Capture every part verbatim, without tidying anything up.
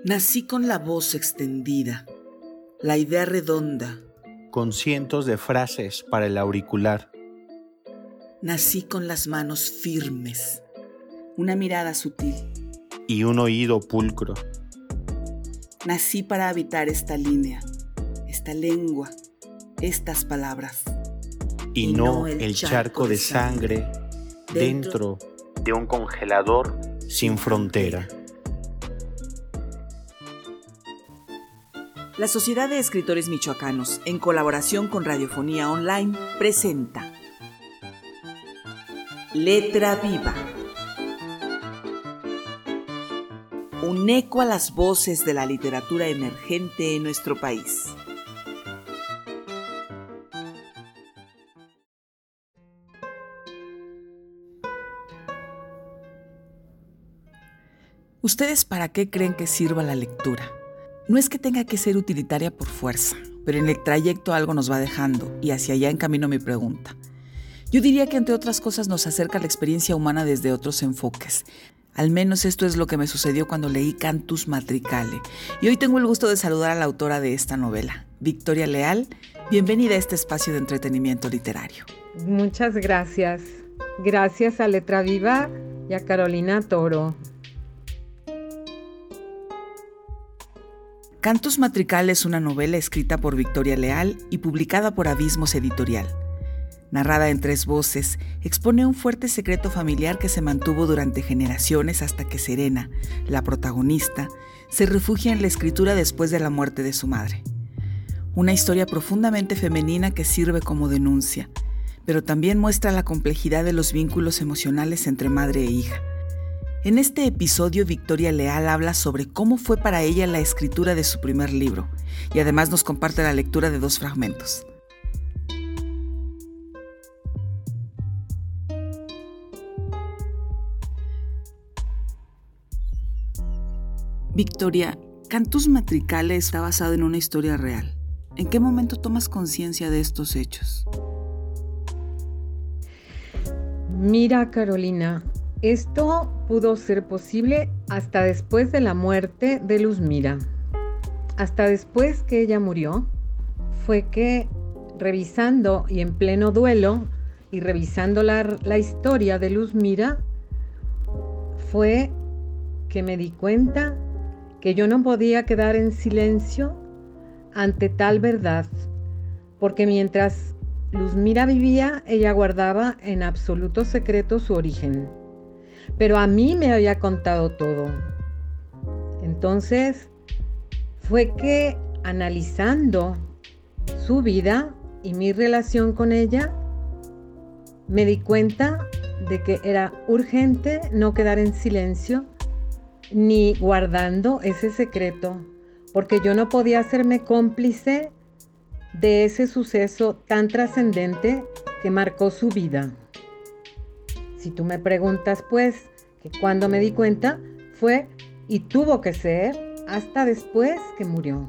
Nací con la voz extendida, la idea redonda. Con cientos de frases para el auricular. Nací con las manos firmes, una mirada sutil. Y un oído pulcro. Nací para habitar esta línea, esta lengua, estas palabras. Y, y no, no el, el charco, charco de sangre, sangre dentro, dentro de un congelador sin frontera. La Sociedad de Escritores Michoacanos, en colaboración con Radiofonía Online, presenta Letra Viva. Un eco a las voces de la literatura emergente en nuestro país. ¿Ustedes para qué creen que sirva la lectura? No es que tenga que ser utilitaria por fuerza, pero en el trayecto algo nos va dejando y hacia allá encamino mi pregunta. Yo diría que entre otras cosas nos acerca a la experiencia humana desde otros enfoques. Al menos esto es lo que me sucedió cuando leí Cantus Matricale. Y hoy tengo el gusto de saludar a la autora de esta novela, Victoria Leal. Bienvenida a este espacio de entretenimiento literario. Muchas gracias. Gracias a Letra Viva y a Carolina Toro. Cantus Matricale es una novela escrita por Victoria Leal y publicada por Abismos Editorial. Narrada en tres voces, expone un fuerte secreto familiar que se mantuvo durante generaciones hasta que Serena, la protagonista, se refugia en la escritura después de la muerte de su madre. Una historia profundamente femenina que sirve como denuncia, pero también muestra la complejidad de los vínculos emocionales entre madre e hija. En este episodio, Victoria Leal habla sobre cómo fue para ella la escritura de su primer libro y además nos comparte la lectura de dos fragmentos. Victoria, Cantus Matricale está basado en una historia real. ¿En qué momento tomas conciencia de estos hechos? Mira, Carolina, esto pudo ser posible hasta después de la muerte de Luzmira. Hasta después que ella murió, fue que revisando y en pleno duelo y revisando la, la historia de Luzmira, fue que me di cuenta que yo no podía quedar en silencio ante tal verdad, porque mientras Luzmira vivía, ella guardaba en absoluto secreto su origen. Pero a mí me había contado todo. Entonces, fue que analizando su vida y mi relación con ella, me di cuenta de que era urgente no quedar en silencio ni guardando ese secreto, porque yo no podía hacerme cómplice de ese suceso tan trascendente que marcó su vida. Si tú me preguntas, pues, que cuando me di cuenta fue y tuvo que ser hasta después que murió.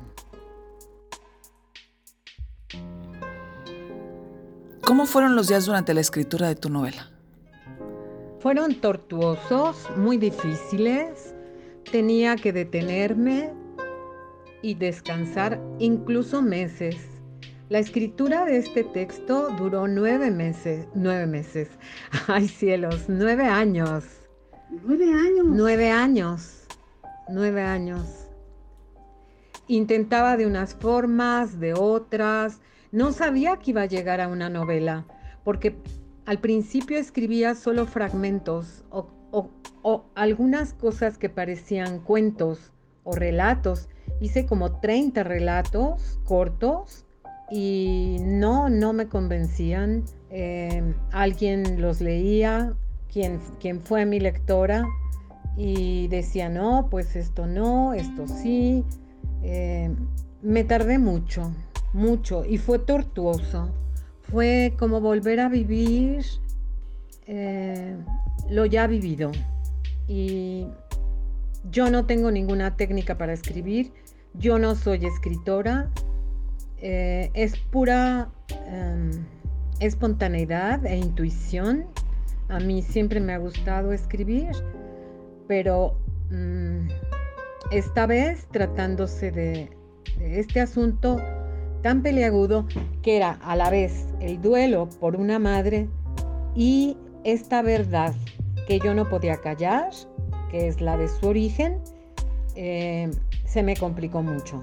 ¿Cómo fueron los días durante la escritura de tu novela? Fueron tortuosos, muy difíciles. Tenía que detenerme y descansar incluso meses. La escritura de este texto duró nueve meses, nueve meses. Ay, cielos, nueve años. ¿Nueve años? Nueve años, nueve años. Intentaba de unas formas, de otras. No sabía que iba a llegar a una novela, porque al principio escribía solo fragmentos o, o, o algunas cosas que parecían cuentos o relatos. Hice como treinta relatos cortos. Y no, no me convencían. Eh, alguien los leía, quien, quien fue mi lectora, y decía, no, pues esto no, esto sí. Eh, me tardé mucho, mucho, y fue tortuoso. Fue como volver a vivir eh, lo ya vivido. Y yo no tengo ninguna técnica para escribir, yo no soy escritora. Eh, es pura um, espontaneidad e intuición. A mí siempre me ha gustado escribir, pero um, esta vez tratándose de, de este asunto tan peliagudo que era a la vez el duelo por una madre y esta verdad que yo no podía callar, que es la de su origen, eh, se me complicó mucho.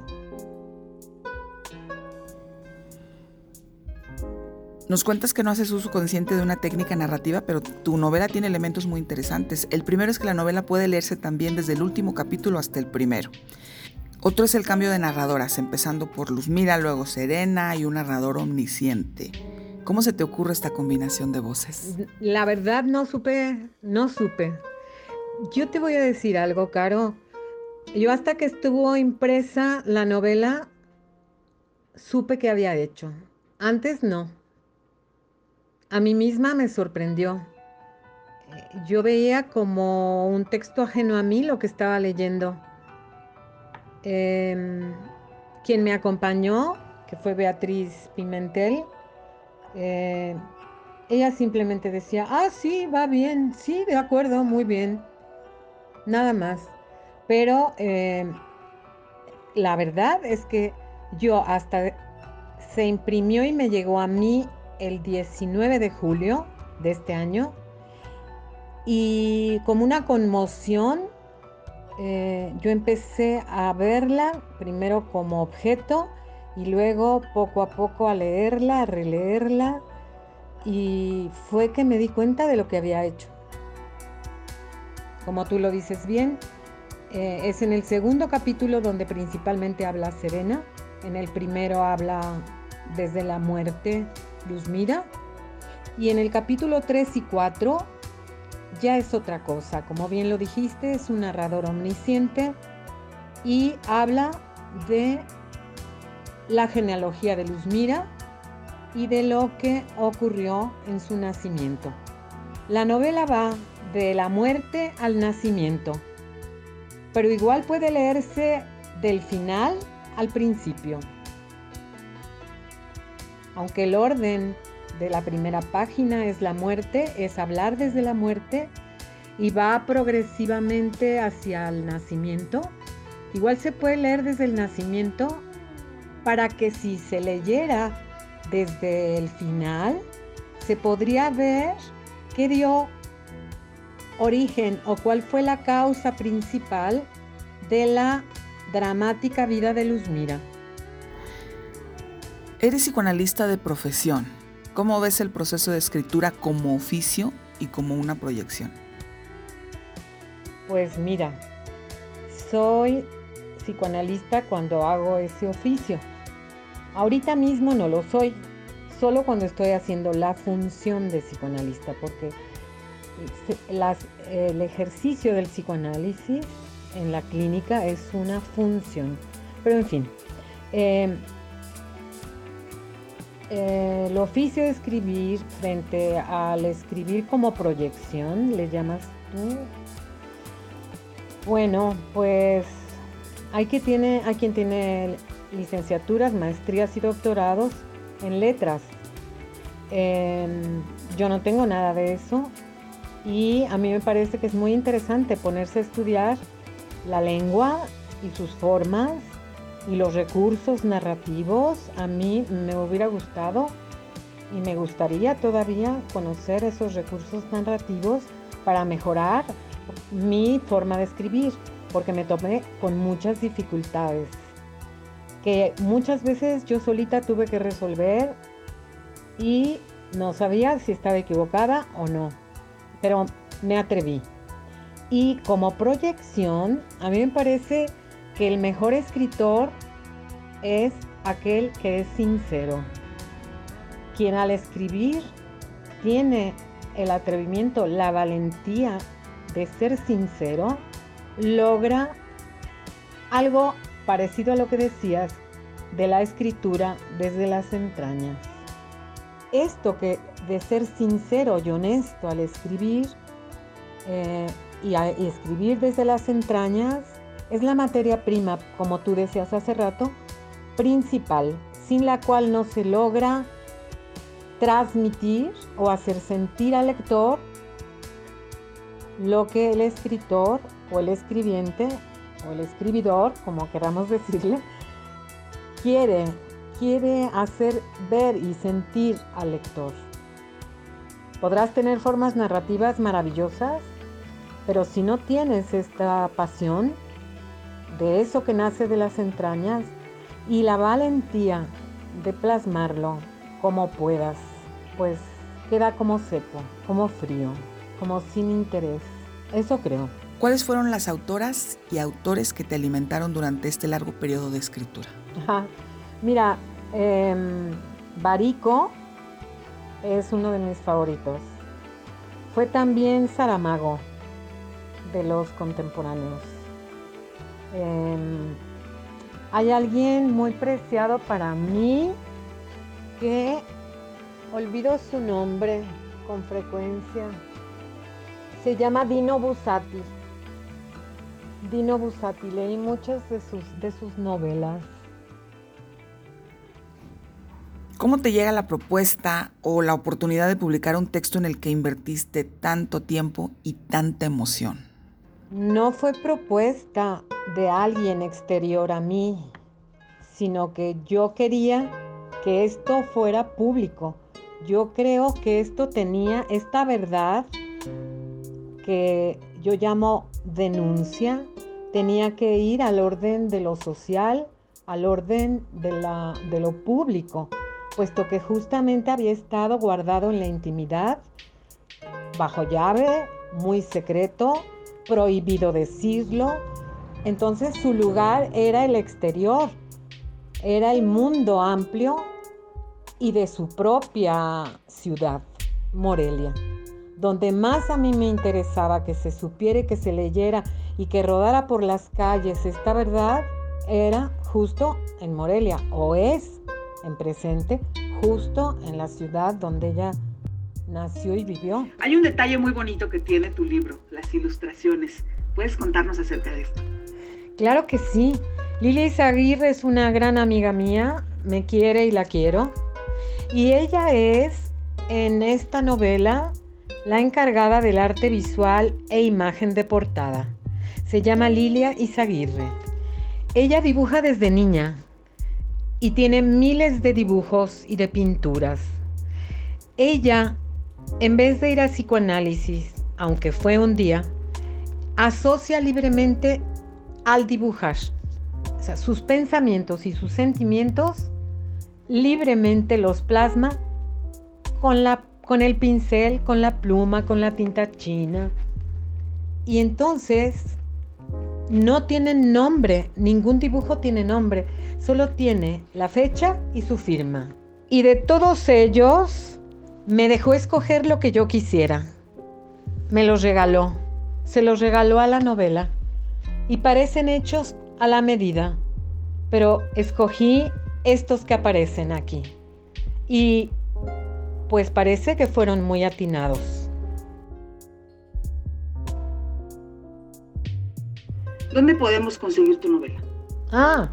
Nos cuentas que no haces uso consciente de una técnica narrativa, pero tu novela tiene elementos muy interesantes. El primero es que la novela puede leerse también desde el último capítulo hasta el primero. Otro es el cambio de narradoras, empezando por Luzmira, luego Serena y un narrador omnisciente. ¿Cómo se te ocurre esta combinación de voces? La verdad no supe, no supe. Yo te voy a decir algo, Caro. Yo hasta que estuvo impresa la novela, supe qué había hecho. Antes no. A mí misma me sorprendió. Yo veía como un texto ajeno a mí lo que estaba leyendo. Eh, quien me acompañó, que fue Beatriz Pimentel, eh, ella simplemente decía, ah, sí, va bien, sí, de acuerdo, muy bien. Nada más. Pero eh, la verdad es que yo hasta se imprimió y me llegó a mí el diecinueve de julio de este año y como una conmoción eh, yo empecé a verla primero como objeto y luego poco a poco a leerla, a releerla y fue que me di cuenta de lo que había hecho. Como tú lo dices bien, eh, es en el segundo capítulo donde principalmente habla Serena, en el primero habla desde la muerte Luzmira y en el capítulo tres y cuatro ya es otra cosa, como bien lo dijiste, es un narrador omnisciente y habla de la genealogía de Luzmira y de lo que ocurrió en su nacimiento. La novela va de la muerte al nacimiento, pero igual puede leerse del final al principio. Aunque el orden de la primera página es la muerte, es hablar desde la muerte y va progresivamente hacia el nacimiento, igual se puede leer desde el nacimiento para que si se leyera desde el final, se podría ver qué dio origen o cuál fue la causa principal de la dramática vida de Luzmira. Eres psicoanalista de profesión. ¿Cómo ves el proceso de escritura como oficio y como una proyección? Pues mira, soy psicoanalista cuando hago ese oficio. Ahorita mismo no lo soy, solo cuando estoy haciendo la función de psicoanalista, porque las, el ejercicio del psicoanálisis en la clínica es una función. Pero en fin, eh, eh, el oficio de escribir frente al escribir como proyección, ¿le llamas tú? Bueno, pues hay, que tiene, hay quien tiene licenciaturas, maestrías y doctorados en letras. Eh, yo no tengo nada de eso y a mí me parece que es muy interesante ponerse a estudiar la lengua y sus formas y los recursos narrativos. A mí me hubiera gustado y me gustaría todavía conocer esos recursos narrativos para mejorar mi forma de escribir, porque me topé con muchas dificultades que muchas veces yo solita tuve que resolver y no sabía si estaba equivocada o no, pero me atreví. Y como proyección, a mí me parece que el mejor escritor es aquel que es sincero, quien al escribir tiene el atrevimiento, la valentía de ser sincero, logra algo parecido a lo que decías de la escritura desde las entrañas. Esto que de ser sincero y honesto al escribir eh, y, a, y escribir desde las entrañas es la materia prima, como tú decías hace rato, principal, sin la cual no se logra transmitir o hacer sentir al lector lo que el escritor o el escribiente o el escribidor, como queramos decirle, quiere, quiere hacer ver y sentir al lector. Podrás tener formas narrativas maravillosas, pero si no tienes esta pasión de eso que nace de las entrañas y la valentía de plasmarlo como puedas, pues queda como seco, como frío, como sin interés. Eso creo. ¿Cuáles fueron las autoras y autores que te alimentaron durante este largo periodo de escritura? Ajá. Mira, eh, Barico es uno de mis favoritos. Fue también Saramago, de los contemporáneos. Eh, hay alguien muy preciado para mí que olvido su nombre con frecuencia. Se llama Dino Buzzati. Dino Buzzati, leí muchas de sus, de sus novelas. ¿Cómo te llega la propuesta o la oportunidad de publicar un texto en el que invertiste tanto tiempo y tanta emoción? No fue propuesta de alguien exterior a mí, sino que yo quería que esto fuera público. Yo creo que esto tenía esta verdad que yo llamo denuncia, tenía que ir al orden de lo social, al orden de, la, de lo público, puesto que justamente había estado guardado en la intimidad, bajo llave, muy secreto, prohibido decirlo. Entonces su lugar era el exterior, era el mundo amplio y de su propia ciudad, Morelia. Donde más a mí me interesaba que se supiera y que se leyera y que rodara por las calles esta verdad, era justo en Morelia, o es en presente, justo en la ciudad donde ella nació y vivió. Hay un detalle muy bonito que tiene tu libro, las ilustraciones. ¿Puedes contarnos acerca de esto? Claro que sí. Lilia Izaguirre es una gran amiga mía, me quiere y la quiero. Y ella es, en esta novela, la encargada del arte visual e imagen de portada. Se llama Lilia Izaguirre. Ella dibuja desde niña y tiene miles de dibujos y de pinturas. Ella, en vez de ir a psicoanálisis, aunque fue un día, asocia libremente al dibujar. O sea, sus pensamientos y sus sentimientos libremente los plasma con la con el pincel, con la pluma, con la tinta china. Y entonces no tienen nombre, ningún dibujo tiene nombre, solo tiene la fecha y su firma. Y de todos ellos me dejó escoger lo que yo quisiera. Me los regaló, se los regaló a la novela y parecen hechos a la medida, pero escogí estos que aparecen aquí. Y pues parece que fueron muy atinados. ¿Dónde podemos conseguir tu novela? Ah,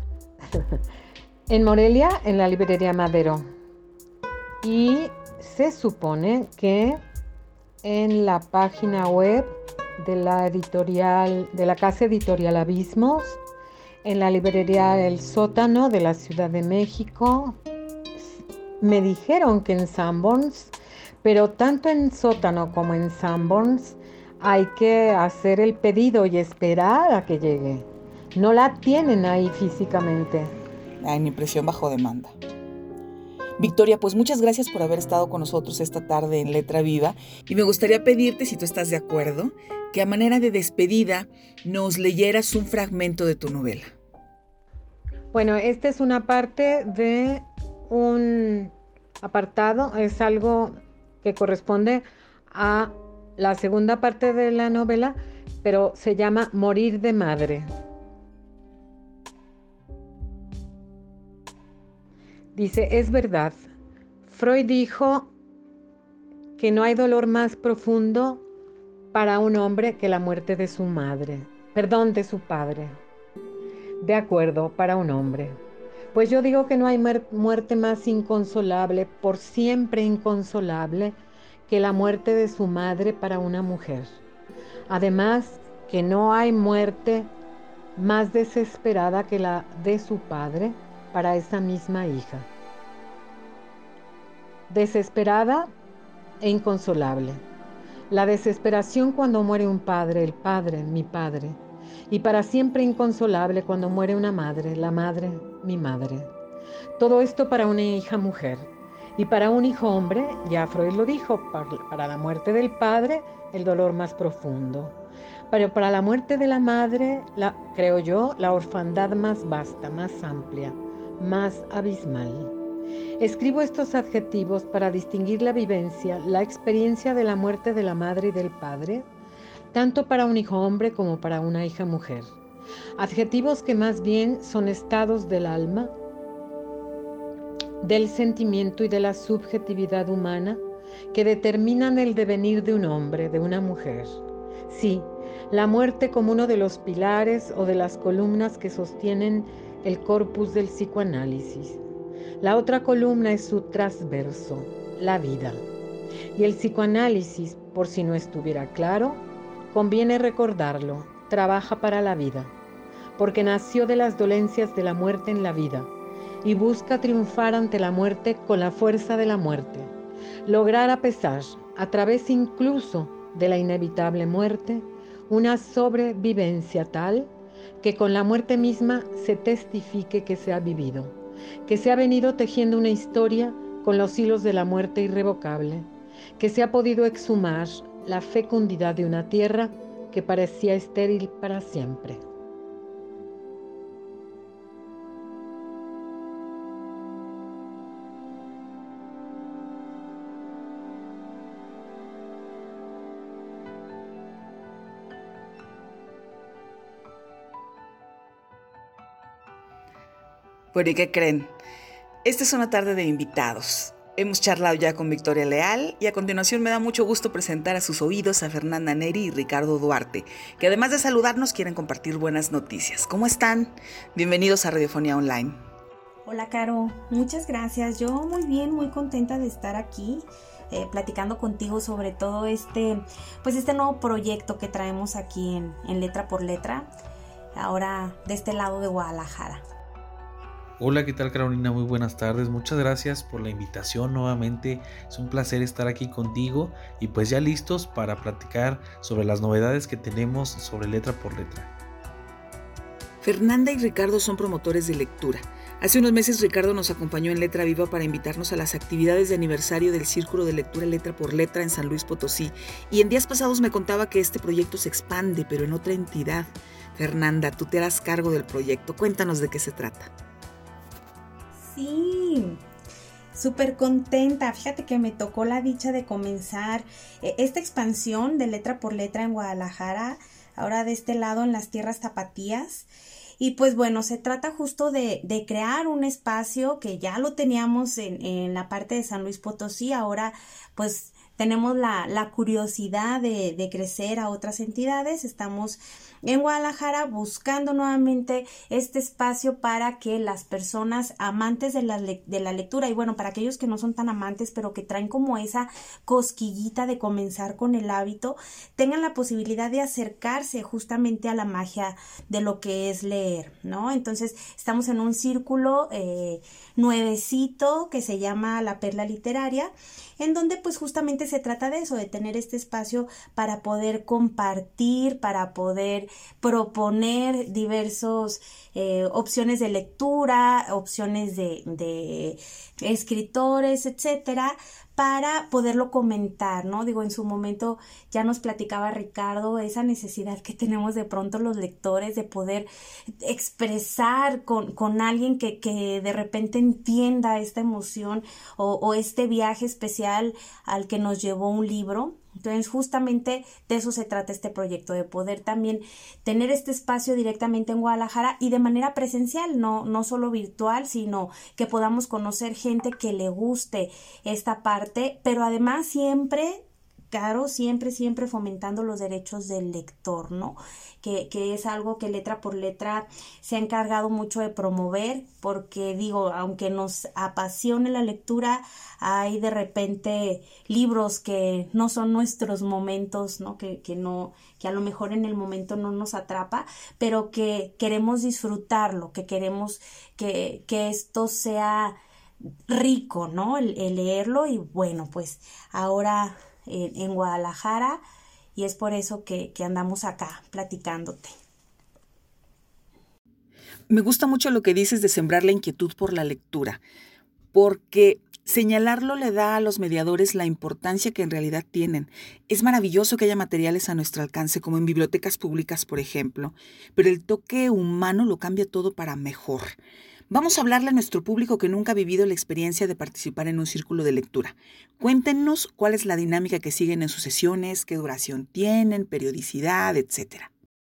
en Morelia, en la librería Madero. Y se supone que en la página web de la editorial, de la casa editorial Abismos, en la librería El Sótano de la Ciudad de México. Me dijeron que en Sanborns, pero tanto en Sótano como en Sanborns hay que hacer el pedido y esperar a que llegue. No la tienen ahí físicamente. Ay, mi impresión bajo demanda. Victoria, pues muchas gracias por haber estado con nosotros esta tarde en Letra Viva y me gustaría pedirte, si tú estás de acuerdo, que a manera de despedida nos leyeras un fragmento de tu novela. Bueno, esta es una parte de un apartado, es algo que corresponde a la segunda parte de la novela, pero se llama Morir de madre. Dice, es verdad, Freud dijo que no hay dolor más profundo para un hombre que la muerte de su madre, perdón, de su padre. De acuerdo, para un hombre. Pues yo digo que no hay muerte más inconsolable, por siempre inconsolable, que la muerte de su madre para una mujer. Además, que no hay muerte más desesperada que la de su padre para esa misma hija. Desesperada e inconsolable. La desesperación cuando muere un padre, el padre, mi padre, y para siempre inconsolable cuando muere una madre, la madre, mi madre. Todo esto para una hija mujer. Y para un hijo hombre, ya Freud lo dijo, para la muerte del padre, el dolor más profundo. Pero para la muerte de la madre, la, creo yo, la orfandad más vasta, más amplia, más abismal. Escribo estos adjetivos para distinguir la vivencia, la experiencia de la muerte de la madre y del padre, tanto para un hijo hombre como para una hija mujer. Adjetivos que más bien son estados del alma, del sentimiento y de la subjetividad humana que determinan el devenir de un hombre, de una mujer. Sí, la muerte como uno de los pilares o de las columnas que sostienen el corpus del psicoanálisis. La otra columna es su transverso, la vida. Y el psicoanálisis, por si no estuviera claro, conviene recordarlo, trabaja para la vida, porque nació de las dolencias de la muerte en la vida y busca triunfar ante la muerte con la fuerza de la muerte, lograr a pesar, a través incluso de la inevitable muerte, una sobrevivencia tal que con la muerte misma se testifique que se ha vivido, que se ha venido tejiendo una historia con los hilos de la muerte irrevocable, que se ha podido exhumar la fecundidad de una tierra que parecía estéril para siempre. Bueno, ¿y qué creen? Esta es una tarde de invitados. Hemos charlado ya con Victoria Leal y a continuación me da mucho gusto presentar a sus oídos a Fernanda Neri y Ricardo Duarte, que además de saludarnos quieren compartir buenas noticias. ¿Cómo están? Bienvenidos a Radiofonía Online. Hola, Caro. Muchas gracias. Yo muy bien, muy contenta de estar aquí eh, platicando contigo sobre todo este, pues este nuevo proyecto que traemos aquí en, en Letra por Letra, ahora de este lado de Guadalajara. Hola, ¿qué tal, Carolina? Muy buenas tardes. Muchas gracias por la invitación nuevamente. Es un placer estar aquí contigo y pues ya listos para platicar sobre las novedades que tenemos sobre Letra por Letra. Fernanda y Ricardo son promotores de lectura. Hace unos meses Ricardo nos acompañó en Letra Viva para invitarnos a las actividades de aniversario del Círculo de Lectura Letra por Letra en San Luis Potosí. Y en días pasados me contaba que este proyecto se expande, pero en otra entidad. Fernanda, tú te harás cargo del proyecto. Cuéntanos de qué se trata. Sí, súper contenta. Fíjate que me tocó la dicha de comenzar eh, esta expansión de Letra por Letra en Guadalajara, ahora de este lado en las tierras tapatías. Y pues bueno, se trata justo de, de crear un espacio que ya lo teníamos en, en la parte de San Luis Potosí. Ahora pues tenemos la, la curiosidad de, de crecer a otras entidades. Estamos en Guadalajara buscando nuevamente este espacio para que las personas amantes de la, de la lectura, y bueno, para aquellos que no son tan amantes pero que traen como esa cosquillita de comenzar con el hábito, tengan la posibilidad de acercarse justamente a la magia de lo que es leer, ¿no? Entonces estamos en un círculo eh, nuevecito que se llama La Perla Literaria, en donde pues justamente se trata de eso, de tener este espacio para poder compartir, para poder proponer diversos eh, opciones de lectura, opciones de, de escritores, etcétera, para poderlo comentar, ¿no? Digo, en su momento ya nos platicaba Ricardo esa necesidad que tenemos de pronto los lectores de poder expresar con, con alguien que, que de repente entienda esta emoción o, o este viaje especial al que nos llevó un libro. Entonces justamente de eso se trata este proyecto, de poder también tener este espacio directamente en Guadalajara y de manera presencial, no, no solo virtual, sino que podamos conocer gente que le guste esta parte, pero además siempre Caro, siempre, siempre fomentando los derechos del lector, ¿no? Que, que es algo que Letra por Letra se ha encargado mucho de promover, porque digo, aunque nos apasione la lectura, hay de repente libros que no son nuestros momentos, ¿no? Que, que no, que a lo mejor en el momento no nos atrapa, pero que queremos disfrutarlo, que queremos que, que esto sea rico, ¿no? El, el leerlo, y bueno, pues ahora en, en Guadalajara, y es por eso que, que andamos acá platicándote. Me gusta mucho lo que dices de sembrar la inquietud por la lectura, porque señalarlo le da a los mediadores la importancia que en realidad tienen. Es maravilloso que haya materiales a nuestro alcance, como en bibliotecas públicas, por ejemplo, pero el toque humano lo cambia todo para mejor. Vamos a hablarle a nuestro público que nunca ha vivido la experiencia de participar en un círculo de lectura. Cuéntenos cuál es la dinámica que siguen en sus sesiones, qué duración tienen, periodicidad, etcétera.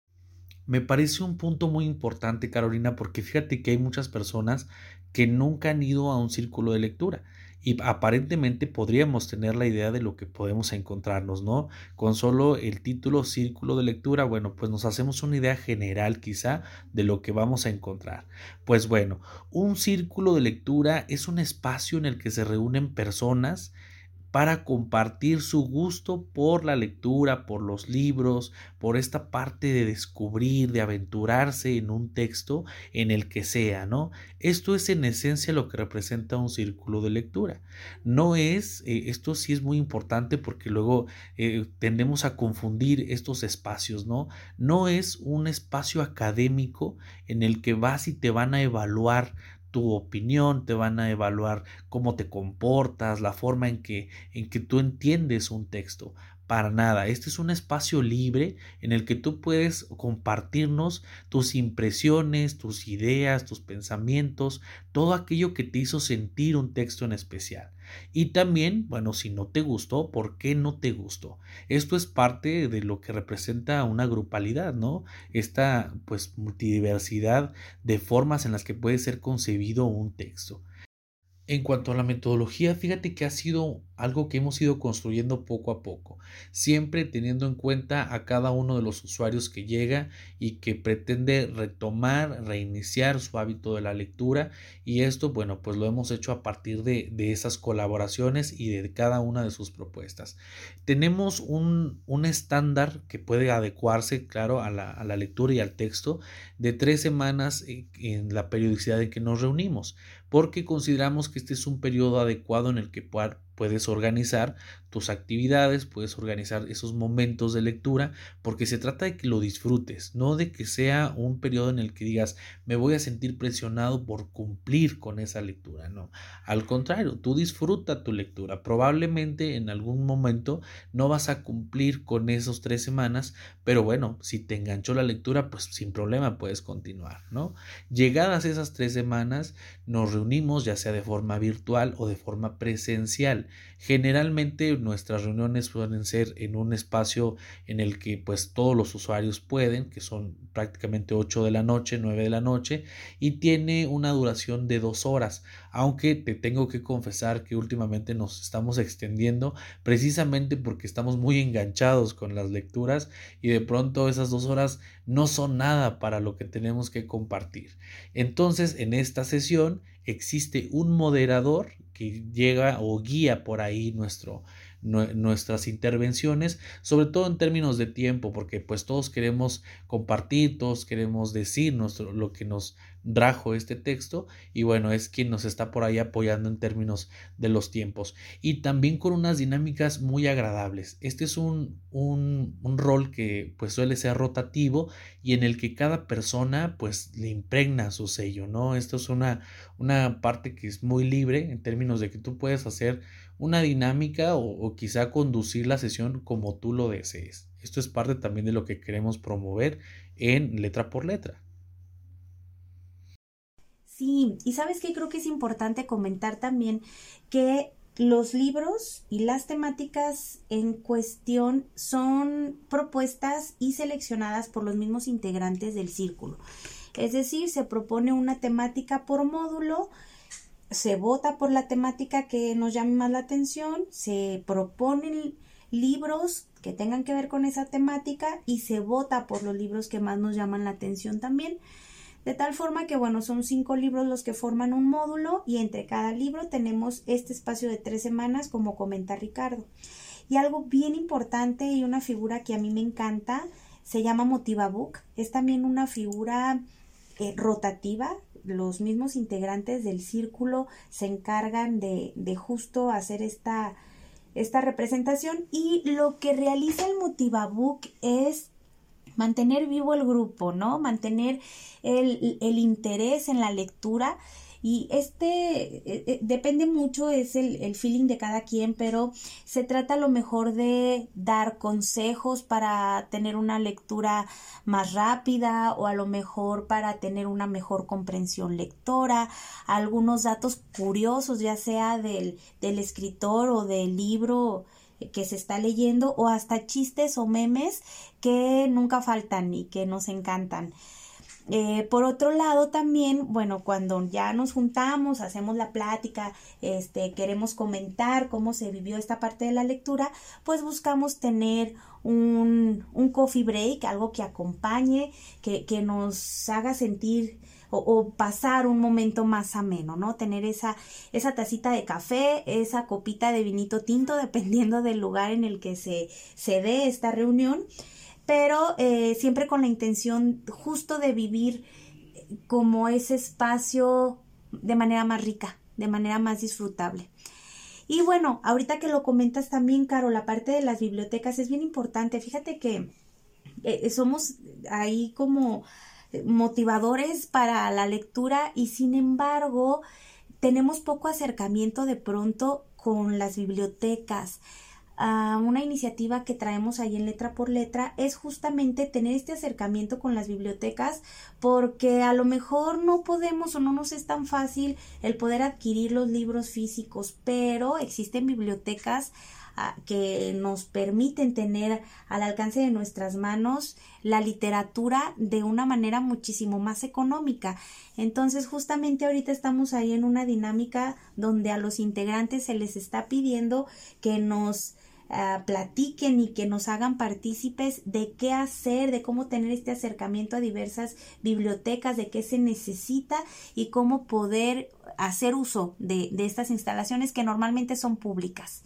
Me parece un punto muy importante, Carolina, porque fíjate que hay muchas personas que nunca han ido a un círculo de lectura y aparentemente podríamos tener la idea de lo que podemos encontrarnos, ¿no? Con solo el título círculo de lectura, bueno, pues nos hacemos una idea general quizá de lo que vamos a encontrar. Pues bueno, un círculo de lectura es un espacio en el que se reúnen personas para compartir su gusto por la lectura, por los libros, por esta parte de descubrir, de aventurarse en un texto en el que sea, ¿no? Esto es en esencia lo que representa un círculo de lectura. No es, eh, esto sí es muy importante porque luego eh, tendemos a confundir estos espacios, ¿no? No es un espacio académico en el que vas y te van a evaluar tu opinión, te van a evaluar cómo te comportas, la forma en que, en que tú entiendes un texto. Para nada, este es un espacio libre en el que tú puedes compartirnos tus impresiones, tus ideas, tus pensamientos, todo aquello que te hizo sentir un texto en especial. Y también, bueno, si no te gustó, ¿por qué no te gustó? Esto es parte de lo que representa una grupalidad, ¿no? Esta, pues, multidiversidad de formas en las que puede ser concebido un texto. En cuanto a la metodología, fíjate que ha sido algo que hemos ido construyendo poco a poco, siempre teniendo en cuenta a cada uno de los usuarios que llega y que pretende retomar, reiniciar su hábito de la lectura, y esto, bueno, pues lo hemos hecho a partir de, de esas colaboraciones y de cada una de sus propuestas. Tenemos un, un estándar que puede adecuarse, claro, a la, a la lectura y al texto de tres semanas en, en la periodicidad en que nos reunimos, porque consideramos que este es un periodo adecuado en el que puedes organizar tus actividades, puedes organizar esos momentos de lectura, porque se trata de que lo disfrutes, no de que sea un periodo en el que digas, me voy a sentir presionado por cumplir con esa lectura, no. Al contrario, tú disfruta tu lectura. Probablemente en algún momento no vas a cumplir con esos tres semanas, pero bueno, si te enganchó la lectura, pues sin problema puedes continuar, ¿no? Llegadas esas tres semanas, nos reunimos ya sea de forma virtual o de forma presencial. Generalmente nuestras reuniones suelen ser en un espacio en el que pues todos los usuarios pueden, que son prácticamente ocho de la noche, nueve de la noche, y tiene una duración de dos horas, aunque te tengo que confesar que últimamente nos estamos extendiendo precisamente porque estamos muy enganchados con las lecturas y de pronto esas dos horas no son nada para lo que tenemos que compartir. Entonces, en esta sesión existe un moderador que llega o guía por ahí nuestro, nuestras intervenciones, sobre todo en términos de tiempo, porque pues todos queremos compartir, todos queremos decir nuestro, lo que nos trajo este texto, y bueno, es quien nos está por ahí apoyando en términos de los tiempos, y también con unas dinámicas muy agradables. Este es un, un, un rol que pues suele ser rotativo y en el que cada persona pues le impregna su sello, ¿no? Esto es una, una parte que es muy libre en términos de que tú puedes hacer una dinámica o, o quizá conducir la sesión como tú lo desees. Esto es parte también de lo que queremos promover en Letra por Letra. Sí, y sabes que creo que es importante comentar también que los libros y las temáticas en cuestión son propuestas y seleccionadas por los mismos integrantes del círculo. Es decir, se propone una temática por módulo, se vota por la temática que nos llame más la atención, se proponen libros que tengan que ver con esa temática y se vota por los libros que más nos llaman la atención también. De tal forma que, bueno, son cinco libros los que forman un módulo y entre cada libro tenemos este espacio de tres semanas, como comenta Ricardo. Y algo bien importante y una figura que a mí me encanta, se llama Motivabook. Es también una figura eh, rotativa. Los mismos integrantes del círculo se encargan de, de justo hacer esta, esta representación, y lo que realiza el Motivabook es mantener vivo el grupo, ¿no? Mantener el, el interés en la lectura. Y este eh, depende mucho, es el, el feeling de cada quien, pero se trata a lo mejor de dar consejos para tener una lectura más rápida, o a lo mejor para tener una mejor comprensión lectora, algunos datos curiosos, ya sea del, del escritor o del libro que se está leyendo, o hasta chistes o memes que nunca faltan y que nos encantan. Eh, por otro lado también, bueno, cuando ya nos juntamos, hacemos la plática, este, queremos comentar cómo se vivió esta parte de la lectura, pues buscamos tener un, un coffee break, algo que acompañe, que, que nos haga sentir o, o pasar un momento más ameno, ¿no? Tener esa, esa tacita de café, esa copita de vinito tinto, dependiendo del lugar en el que se, se dé esta reunión, pero eh, siempre con la intención justo de vivir como ese espacio de manera más rica, de manera más disfrutable. Y bueno, ahorita que lo comentas también, Caro, la parte de las bibliotecas es bien importante. Fíjate que eh, somos ahí como motivadores para la lectura y sin embargo tenemos poco acercamiento de pronto con las bibliotecas. Uh, una iniciativa que traemos ahí en Letra por Letra es justamente tener este acercamiento con las bibliotecas, porque a lo mejor no podemos o no nos es tan fácil el poder adquirir los libros físicos, pero existen bibliotecas uh, que nos permiten tener al alcance de nuestras manos la literatura de una manera muchísimo más económica. Entonces justamente ahorita estamos ahí en una dinámica donde a los integrantes se les está pidiendo que nos Uh, platiquen y que nos hagan partícipes de qué hacer, de cómo tener este acercamiento a diversas bibliotecas, de qué se necesita y cómo poder hacer uso de, de estas instalaciones que normalmente son públicas.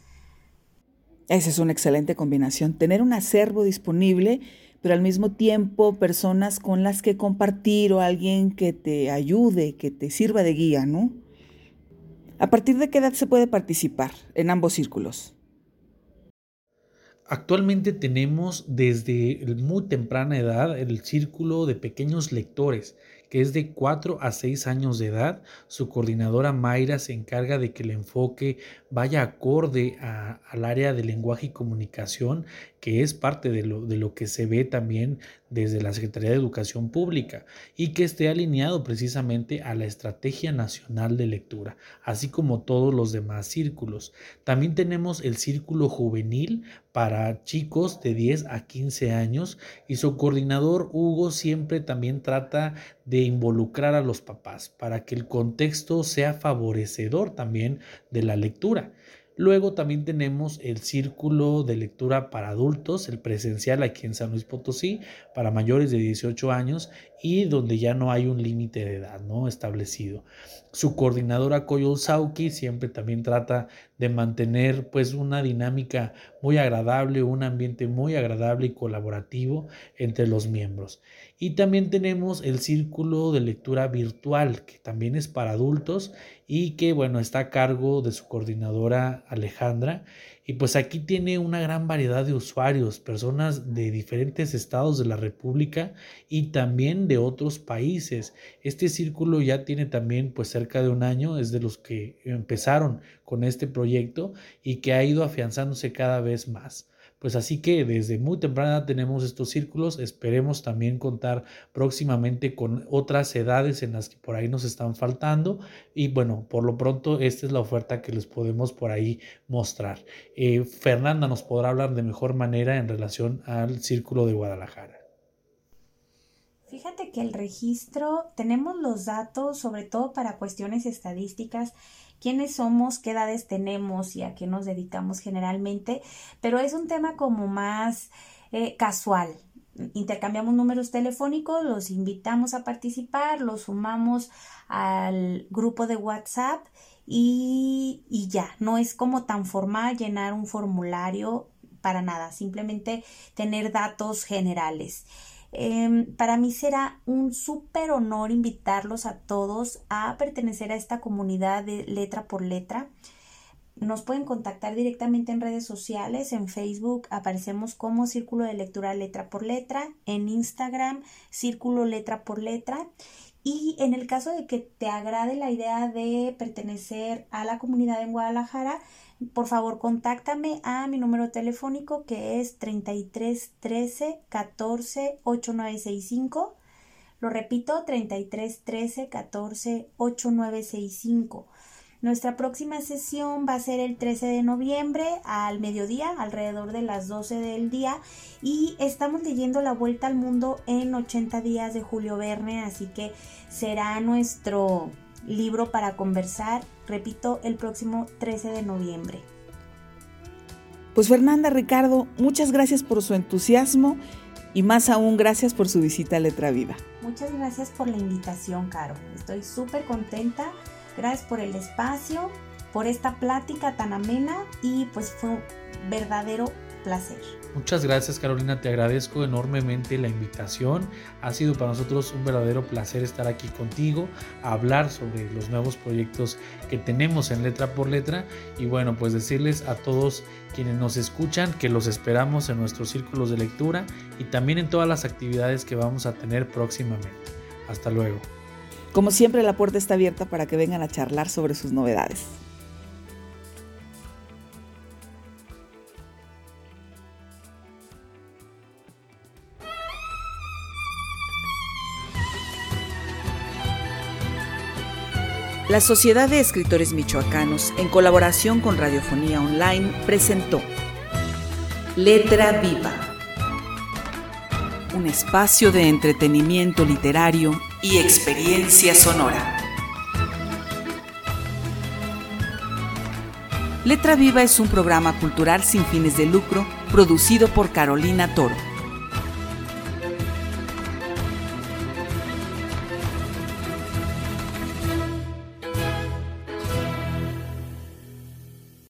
Esa es una excelente combinación, tener un acervo disponible, pero al mismo tiempo personas con las que compartir o alguien que te ayude, que te sirva de guía, ¿no? ¿A partir de qué edad se puede participar en ambos círculos? Actualmente tenemos desde muy temprana edad el círculo de pequeños lectores, que es de cuatro a seis años de edad. Su coordinadora Mayra se encarga de que el enfoque vaya acorde a, al área de lenguaje y comunicación, que es parte de lo, de lo que se ve también desde la Secretaría de Educación Pública, y que esté alineado precisamente a la Estrategia Nacional de Lectura, así como todos los demás círculos. También tenemos el círculo juvenil para chicos de diez a quince años, y su coordinador Hugo siempre también trata de involucrar a los papás para que el contexto sea favorecedor también de la lectura. Luego también tenemos el círculo de lectura para adultos, el presencial aquí en San Luis Potosí, para mayores de dieciocho años y donde ya no hay un límite de edad, ¿no?, establecido. Su coordinadora Coyol Sauki siempre también trata de mantener pues una dinámica muy agradable, un ambiente muy agradable y colaborativo entre los miembros. Y también tenemos el círculo de lectura virtual, que también es para adultos y que bueno, está a cargo de su coordinadora Alejandra. Y pues aquí tiene una gran variedad de usuarios, personas de diferentes estados de la República y también de otros países. Este círculo ya tiene también pues cerca de un año, es de los que empezaron con este proyecto y que ha ido afianzándose cada vez más. Pues así que desde muy temprana tenemos estos círculos, esperemos también contar próximamente con otras edades en las que por ahí nos están faltando y bueno, por lo pronto esta es la oferta que les podemos por ahí mostrar. Eh, Fernanda nos podrá hablar de mejor manera en relación al Círculo de Guadalajara. Fíjate que el registro, tenemos los datos, sobre todo para cuestiones estadísticas, quiénes somos, qué edades tenemos y a qué nos dedicamos generalmente, pero es un tema como más eh, casual. Intercambiamos números telefónicos, los invitamos a participar, los sumamos al grupo de WhatsApp y, y ya, no es como tan formal llenar un formulario para nada, simplemente tener datos generales. Eh, para mí será un súper honor invitarlos a todos a pertenecer a esta comunidad de Letra por Letra. Nos pueden contactar directamente en redes sociales. En Facebook aparecemos como Círculo de Lectura Letra por Letra, en Instagram Círculo Letra por Letra. Y en el caso de que te agrade la idea de pertenecer a la comunidad en Guadalajara, por favor contáctame a mi número telefónico, que es treinta y tres trece catorce ochenta y nueve sesenta y cinco. Lo repito, treinta y tres trece catorce ochenta y nueve sesenta y cinco. Nuestra próxima sesión va a ser el trece de noviembre al mediodía, alrededor de las doce del día, y estamos leyendo La Vuelta al Mundo en ochenta días de Julio Verne, así que será nuestro libro para conversar, repito, el próximo trece de noviembre. Pues Fernanda, Ricardo, muchas gracias por su entusiasmo y más aún gracias por su visita a Letra Viva. Muchas gracias por la invitación, Caro. Estoy súper contenta. Gracias por el espacio, por esta plática tan amena y pues fue un verdadero placer. Muchas gracias, Carolina, te agradezco enormemente la invitación. Ha sido para nosotros un verdadero placer estar aquí contigo, a hablar sobre los nuevos proyectos que tenemos en Letra por Letra y bueno, pues decirles a todos quienes nos escuchan que los esperamos en nuestros círculos de lectura y también en todas las actividades que vamos a tener próximamente. Hasta luego. Como siempre, la puerta está abierta para que vengan a charlar sobre sus novedades. La Sociedad de Escritores Michoacanos, en colaboración con Radiofonía Online, presentó Letra Viva, un espacio de entretenimiento literario y experiencia sonora. Letra Viva es un programa cultural sin fines de lucro producido por Carolina Toro.